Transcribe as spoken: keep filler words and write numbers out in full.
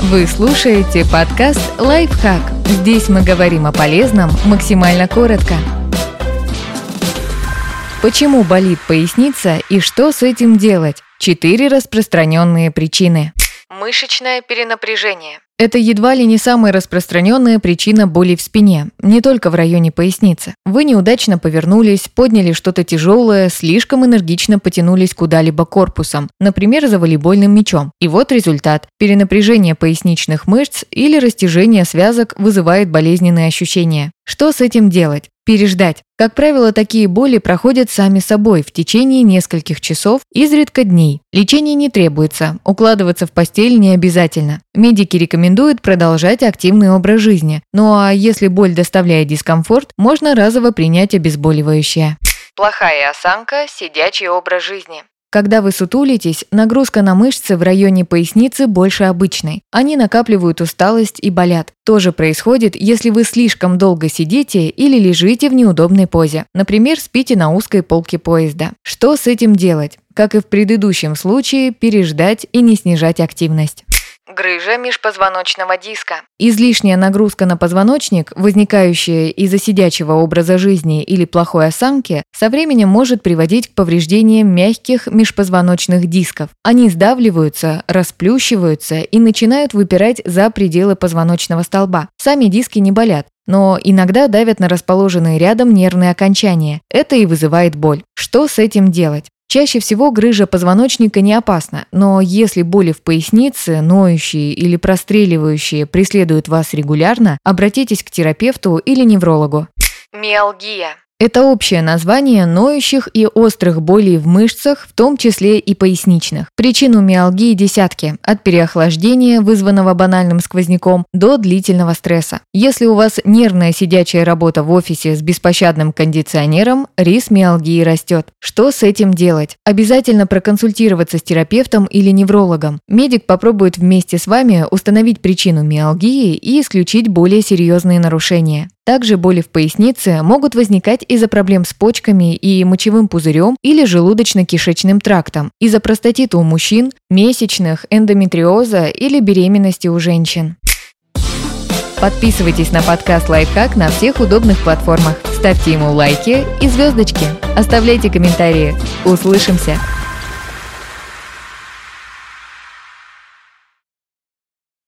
Вы слушаете подкаст «Лайфхак». Здесь мы говорим о полезном максимально коротко. Почему болит поясница и что с этим делать? Четыре распространенные причины. Мышечное перенапряжение. Это едва ли не самая распространенная причина боли в спине, не только в районе поясницы. Вы неудачно повернулись, подняли что-то тяжелое, слишком энергично потянулись куда-либо корпусом, например, за волейбольным мячом. И вот результат. Перенапряжение поясничных мышц или растяжение связок вызывает болезненные ощущения. Что с этим делать? Переждать. Как правило, такие боли проходят сами собой в течение нескольких часов, изредка дней. Лечение не требуется, укладываться в постель не обязательно. Медики рекомендуют продолжать активный образ жизни. Ну а если боль доставляет дискомфорт, можно разово принять обезболивающее. Плохая осанка, сидячий образ жизни. Когда вы сутулитесь, нагрузка на мышцы в районе поясницы больше обычной. Они накапливают усталость и болят. То же происходит, если вы слишком долго сидите или лежите в неудобной позе. Например, спите на узкой полке поезда. Что с этим делать? Как и в предыдущем случае, переждать и не снижать активность. Грыжа межпозвоночного диска. Излишняя нагрузка на позвоночник, возникающая из-за сидячего образа жизни или плохой осанки, со временем может приводить к повреждениям мягких межпозвоночных дисков. Они сдавливаются, расплющиваются и начинают выпирать за пределы позвоночного столба. Сами диски не болят, но иногда давят на расположенные рядом нервные окончания. Это и вызывает боль. Что с этим делать? Чаще всего грыжа позвоночника не опасна, но если боли в пояснице, ноющие или простреливающие преследуют вас регулярно, обратитесь к терапевту или неврологу. Миалгия. Это общее название ноющих и острых болей в мышцах, в том числе и поясничных. Причин у миалгии десятки, от переохлаждения, вызванного банальным сквозняком, до длительного стресса. Если у вас нервная сидячая работа в офисе с беспощадным кондиционером, риск миалгии растет. Что с этим делать? Обязательно проконсультироваться с терапевтом или неврологом. Медик попробует вместе с вами установить причину миалгии и исключить более серьезные нарушения. Также боли в пояснице могут возникать из-за проблем с почками и мочевым пузырем или желудочно-кишечным трактом, из-за простатита у мужчин, месячных, эндометриоза или беременности у женщин. Подписывайтесь на подкаст «Лайфхак» на всех удобных платформах, ставьте ему лайки и звездочки, оставляйте комментарии. Услышимся!